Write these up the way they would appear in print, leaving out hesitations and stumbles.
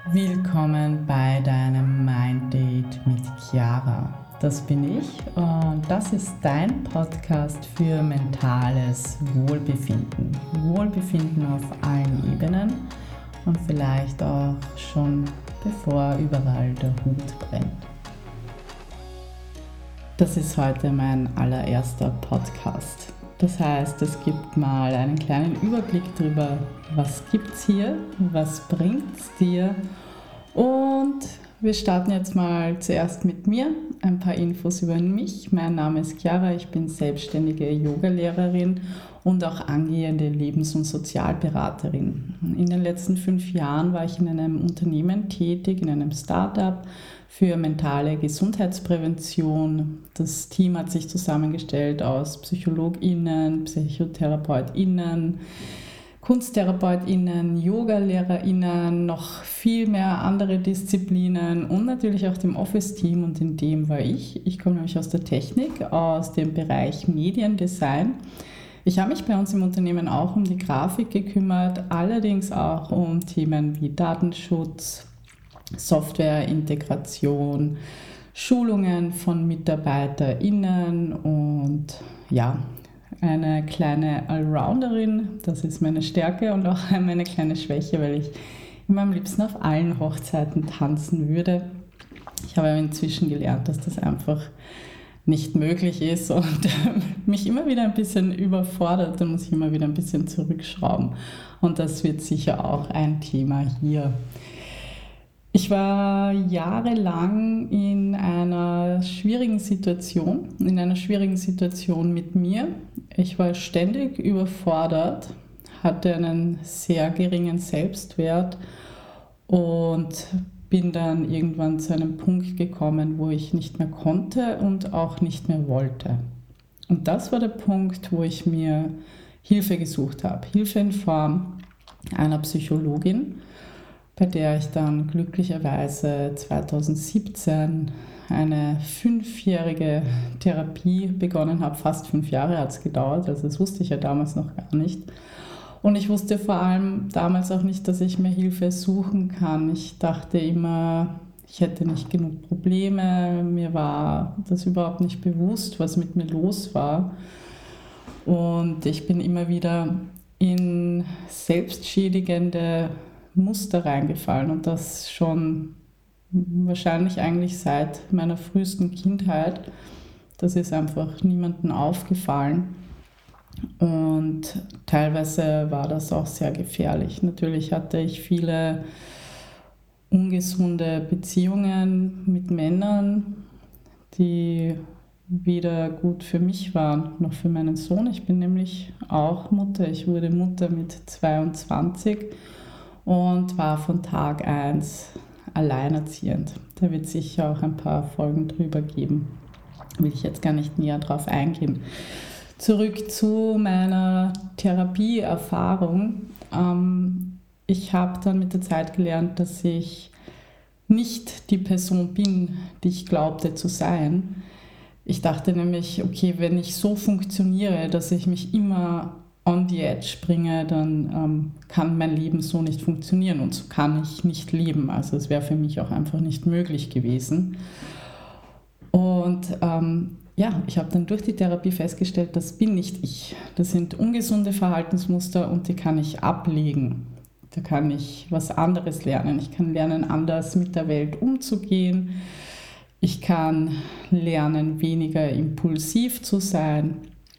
Willkommen bei deinem Mind Date mit Chiara. Das bin ich und das ist dein Podcast für mentales Wohlbefinden. Wohlbefinden auf allen Ebenen und vielleicht auch schon bevor überall der Hut brennt. Das ist heute mein allererster Podcast. Das heißt, es gibt mal einen kleinen Überblick darüber, was gibt's hier, was bringt's dir. Und wir starten jetzt mal zuerst mit mir, ein paar Infos über mich. Mein Name ist Chiara, ich bin selbstständige Yogalehrerin und auch angehende Lebens- und Sozialberaterin. In den letzten 5 Jahren war ich in einem Unternehmen tätig, in einem Startup für mentale Gesundheitsprävention. Das Team hat sich zusammengestellt aus PsychologInnen, PsychotherapeutInnen, KunsttherapeutInnen, YogalehrerInnen, noch viel mehr andere Disziplinen und natürlich auch dem Office-Team, und in dem war ich. Ich komme nämlich aus der Technik, aus dem Bereich Mediendesign. Ich habe mich bei uns im Unternehmen auch um die Grafik gekümmert, allerdings auch um Themen wie Datenschutz, Softwareintegration, Schulungen von MitarbeiterInnen und ja, eine kleine Allrounderin. Das ist meine Stärke und auch meine kleine Schwäche, weil ich immer am liebsten auf allen Hochzeiten tanzen würde. Ich habe inzwischen gelernt, dass das einfach nicht möglich ist und mich immer wieder ein bisschen überfordert. Da muss ich immer wieder ein bisschen zurückschrauben. Und das wird sicher auch ein Thema hier. Ich war jahrelang in einer schwierigen Situation mit mir. Ich war ständig überfordert, hatte einen sehr geringen Selbstwert und bin dann irgendwann zu einem Punkt gekommen, wo ich nicht mehr konnte und auch nicht mehr wollte. Und das war der Punkt, wo ich mir Hilfe gesucht habe. Hilfe in Form einer Psychologin, bei der ich dann glücklicherweise 2017 eine 5-jährige Therapie begonnen habe. Fast 5 Jahre hat es gedauert, also das wusste ich ja damals noch gar nicht. Und ich wusste vor allem damals auch nicht, dass ich mir Hilfe suchen kann. Ich dachte immer, ich hätte nicht genug Probleme. Mir war das überhaupt nicht bewusst, was mit mir los war. Und ich bin immer wieder in selbstschädigende Muster reingefallen, und das schon wahrscheinlich eigentlich seit meiner frühesten Kindheit. Das ist einfach niemandem aufgefallen und teilweise war das auch sehr gefährlich. Natürlich hatte ich viele ungesunde Beziehungen mit Männern, die weder gut für mich waren noch für meinen Sohn. Ich bin nämlich auch Mutter. Ich wurde Mutter mit 22 und war von Tag 1 alleinerziehend. Da wird es sicher auch ein paar Folgen drüber geben. Will ich jetzt gar nicht näher drauf eingehen. Zurück zu meiner Therapieerfahrung. Ich habe dann mit der Zeit gelernt, dass ich nicht die Person bin, die ich glaubte zu sein. Ich dachte nämlich, okay, wenn ich so funktioniere, dass ich mich immer on the edge bringe, dann kann mein Leben so nicht funktionieren und so kann ich nicht leben. Also es wäre für mich auch einfach nicht möglich gewesen. Und ich habe dann durch die Therapie festgestellt, das bin nicht ich. Das sind ungesunde Verhaltensmuster und die kann ich ablegen. Da kann ich was anderes lernen. Ich kann lernen, anders mit der Welt umzugehen. Ich kann lernen, weniger impulsiv zu sein.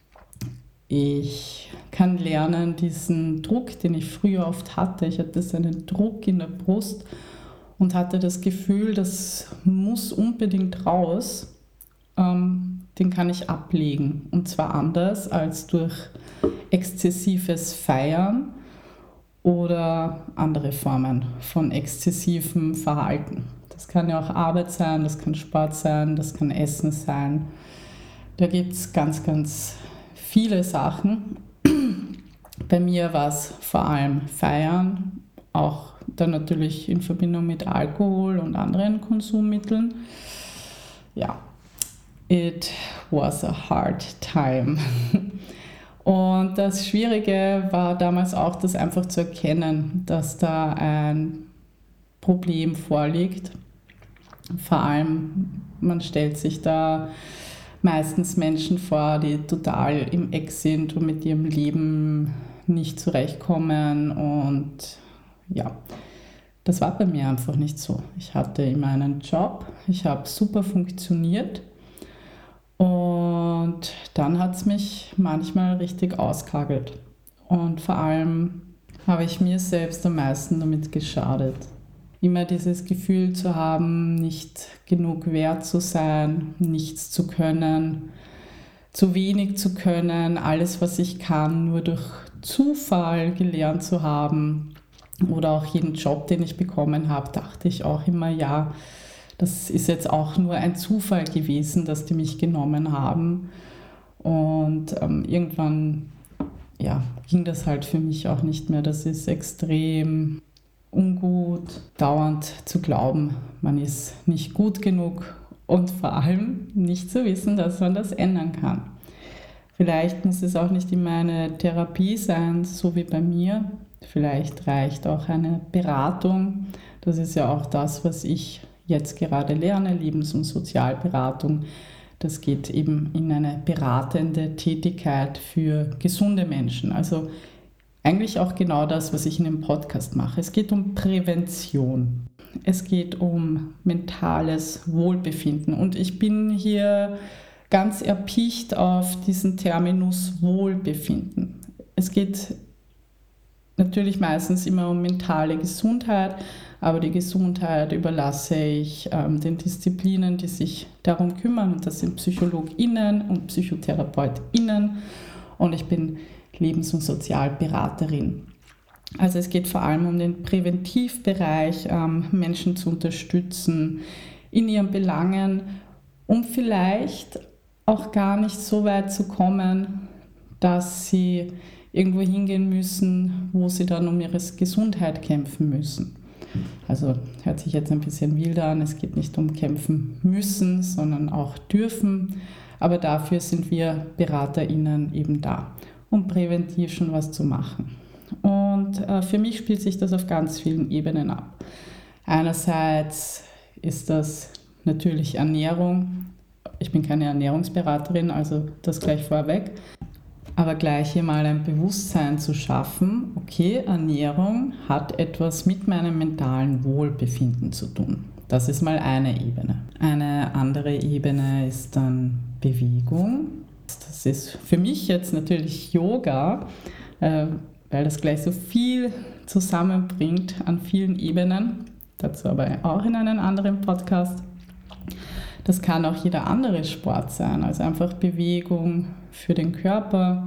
Ich kann lernen, diesen Druck, den ich früher oft hatte, ich hatte so einen Druck in der Brust und hatte das Gefühl, das muss unbedingt raus, den kann ich ablegen. Und zwar anders als durch exzessives Feiern oder andere Formen von exzessivem Verhalten. Das kann ja auch Arbeit sein, das kann Sport sein, das kann Essen sein. Da gibt es ganz, ganz viele Sachen. Bei mir war es vor allem Feiern, auch dann natürlich in Verbindung mit Alkohol und anderen Konsummitteln. Ja, it was a hard time. Und das Schwierige war damals auch, das einfach zu erkennen, dass da ein Problem vorliegt. Vor allem, man stellt sich da meistens Menschen vor, die total im Eck sind und mit ihrem Leben nicht zurechtkommen. Und ja, das war bei mir einfach nicht so. Ich hatte immer einen Job, ich habe super funktioniert und dann hat es mich manchmal richtig auskagelt. Und vor allem habe ich mir selbst am meisten damit geschadet. Immer dieses Gefühl zu haben, nicht genug wert zu sein, nichts zu können, zu wenig zu können, alles, was ich kann, nur durch Zufall gelernt zu haben. Oder auch jeden Job, den ich bekommen habe, dachte ich auch immer, ja, das ist jetzt auch nur ein Zufall gewesen, dass die mich genommen haben. Und irgendwann ging das halt für mich auch nicht mehr. Das ist extrem ungut, dauernd zu glauben, man ist nicht gut genug und vor allem nicht zu wissen, dass man das ändern kann. Vielleicht muss es auch nicht immer eine Therapie sein, so wie bei mir. Vielleicht reicht auch eine Beratung. Das ist ja auch das, was ich jetzt gerade lerne, Lebens- und Sozialberatung. Das geht eben in eine beratende Tätigkeit für gesunde Menschen. Also eigentlich auch genau das, was ich in dem Podcast mache. Es geht um Prävention. Es geht um mentales Wohlbefinden. Und ich bin hier ganz erpicht auf diesen Terminus Wohlbefinden. Es geht natürlich meistens immer um mentale Gesundheit, aber die Gesundheit überlasse ich den Disziplinen, die sich darum kümmern. Und das sind PsychologInnen und PsychotherapeutInnen. Und ich bin Lebens- und Sozialberaterin. Also es geht vor allem um den Präventivbereich, Menschen zu unterstützen in ihren Belangen, um vielleicht auch gar nicht so weit zu kommen, dass sie irgendwo hingehen müssen, wo sie dann um ihre Gesundheit kämpfen müssen. Also hört sich jetzt ein bisschen wilder an, es geht nicht um kämpfen müssen, sondern auch dürfen. Aber dafür sind wir BeraterInnen eben da, um präventiv schon was zu machen. Und für mich spielt sich das auf ganz vielen Ebenen ab. Einerseits ist das natürlich Ernährung. Ich bin keine Ernährungsberaterin, also das gleich vorweg. Aber gleich hier mal ein Bewusstsein zu schaffen, okay, Ernährung hat etwas mit meinem mentalen Wohlbefinden zu tun. Das ist mal eine Ebene. Eine andere Ebene ist dann Bewegung. Das ist für mich jetzt natürlich Yoga, weil das gleich so viel zusammenbringt an vielen Ebenen. Dazu aber auch in einem anderen Podcast. Das kann auch jeder andere Sport sein, also einfach Bewegung für den Körper.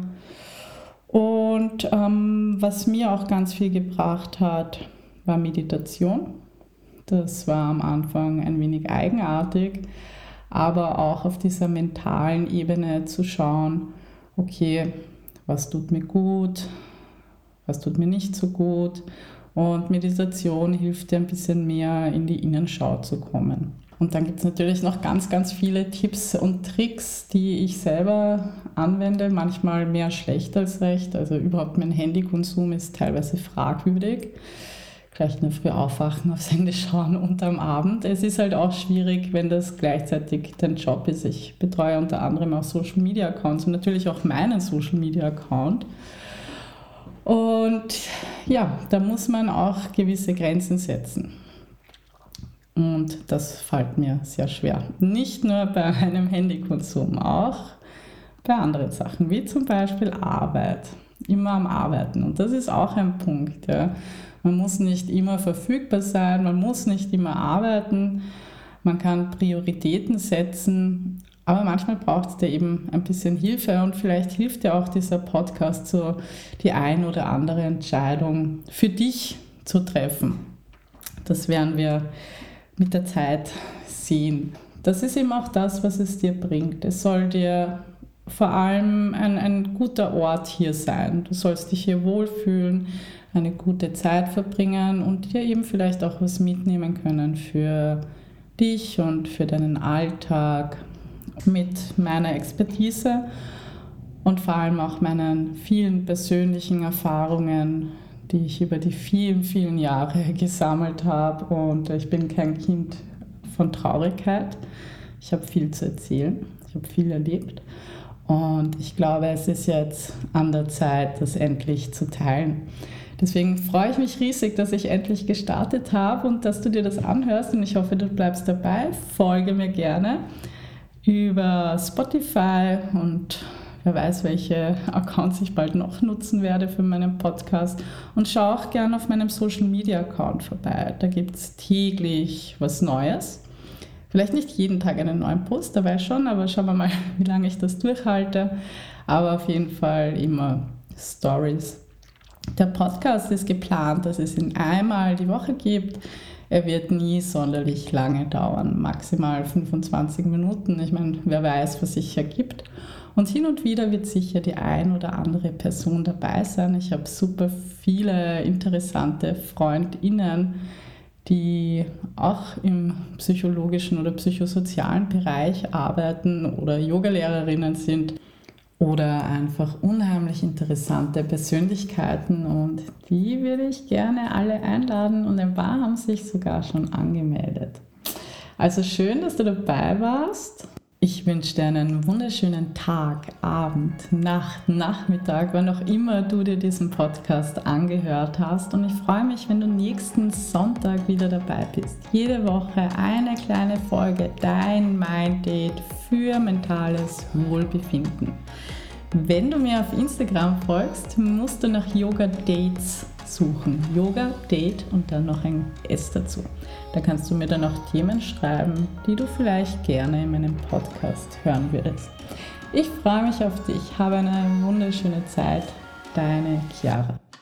Und was mir auch ganz viel gebracht hat, war Meditation. Das war am Anfang ein wenig eigenartig, aber auch auf dieser mentalen Ebene zu schauen, okay, was tut mir gut, was tut mir nicht so gut. Und Meditation hilft dir ein bisschen mehr in die Innenschau zu kommen. Und dann gibt es natürlich noch ganz, ganz viele Tipps und Tricks, die ich selber anwende, manchmal mehr schlecht als recht. Also überhaupt mein Handykonsum ist teilweise fragwürdig. Gleich in der Früh aufwachen, aufs Handy schauen und am Abend. Es ist halt auch schwierig, wenn das gleichzeitig dein Job ist. Ich betreue unter anderem auch Social Media Accounts und natürlich auch meinen Social Media Account. Und ja, da muss man auch gewisse Grenzen setzen. Und das fällt mir sehr schwer. Nicht nur bei einem Handykonsum, auch bei anderen Sachen, wie zum Beispiel Arbeit. Immer am Arbeiten. Und das ist auch ein Punkt. Ja. Man muss nicht immer verfügbar sein, man muss nicht immer arbeiten, man kann Prioritäten setzen, aber manchmal braucht es da eben ein bisschen Hilfe und vielleicht hilft dir auch dieser Podcast, so die ein oder andere Entscheidung für dich zu treffen. Das werden wir mit der Zeit sehen. Das ist eben auch das, was es dir bringt. Es soll dir vor allem ein guter Ort hier sein. Du sollst dich hier wohlfühlen, eine gute Zeit verbringen und dir eben vielleicht auch was mitnehmen können für dich und für deinen Alltag mit meiner Expertise und vor allem auch meinen vielen persönlichen Erfahrungen, die ich über die vielen, vielen Jahre gesammelt habe. Und ich bin kein Kind von Traurigkeit. Ich habe viel zu erzählen, ich habe viel erlebt. Und ich glaube, es ist jetzt an der Zeit, das endlich zu teilen. Deswegen freue ich mich riesig, dass ich endlich gestartet habe und dass du dir das anhörst. Und ich hoffe, du bleibst dabei. Folge mir gerne über Spotify und wer weiß, welche Accounts ich bald noch nutzen werde für meinen Podcast. Und schau auch gerne auf meinem Social Media Account vorbei. Da gibt es täglich was Neues. Vielleicht nicht jeden Tag einen neuen Post, dabei schon, aber schauen wir mal, wie lange ich das durchhalte. Aber auf jeden Fall immer Stories. Der Podcast ist geplant, dass es ihn einmal die Woche gibt. Er wird nie sonderlich lange dauern, maximal 25 Minuten. Ich meine, wer weiß, was sich ergibt. Und hin und wieder wird sicher die ein oder andere Person dabei sein. Ich habe super viele interessante FreundInnen, die auch im psychologischen oder psychosozialen Bereich arbeiten oder Yogalehrerinnen sind oder einfach unheimlich interessante Persönlichkeiten, und die würde ich gerne alle einladen und ein paar haben sich sogar schon angemeldet. Also schön, dass du dabei warst. Ich wünsche dir einen wunderschönen Tag, Abend, Nacht, Nachmittag, wann auch immer du dir diesen Podcast angehört hast. Und ich freue mich, wenn du nächsten Sonntag wieder dabei bist. Jede Woche eine kleine Folge, dein Mind-Date für mentales Wohlbefinden. Wenn du mir auf Instagram folgst, musst du nach Yoga Dates suchen. Yoga Date und dann noch ein S dazu. Da kannst du mir dann auch Themen schreiben, die du vielleicht gerne in meinem Podcast hören würdest. Ich freue mich auf dich. Habe eine wunderschöne Zeit. Deine Chiara.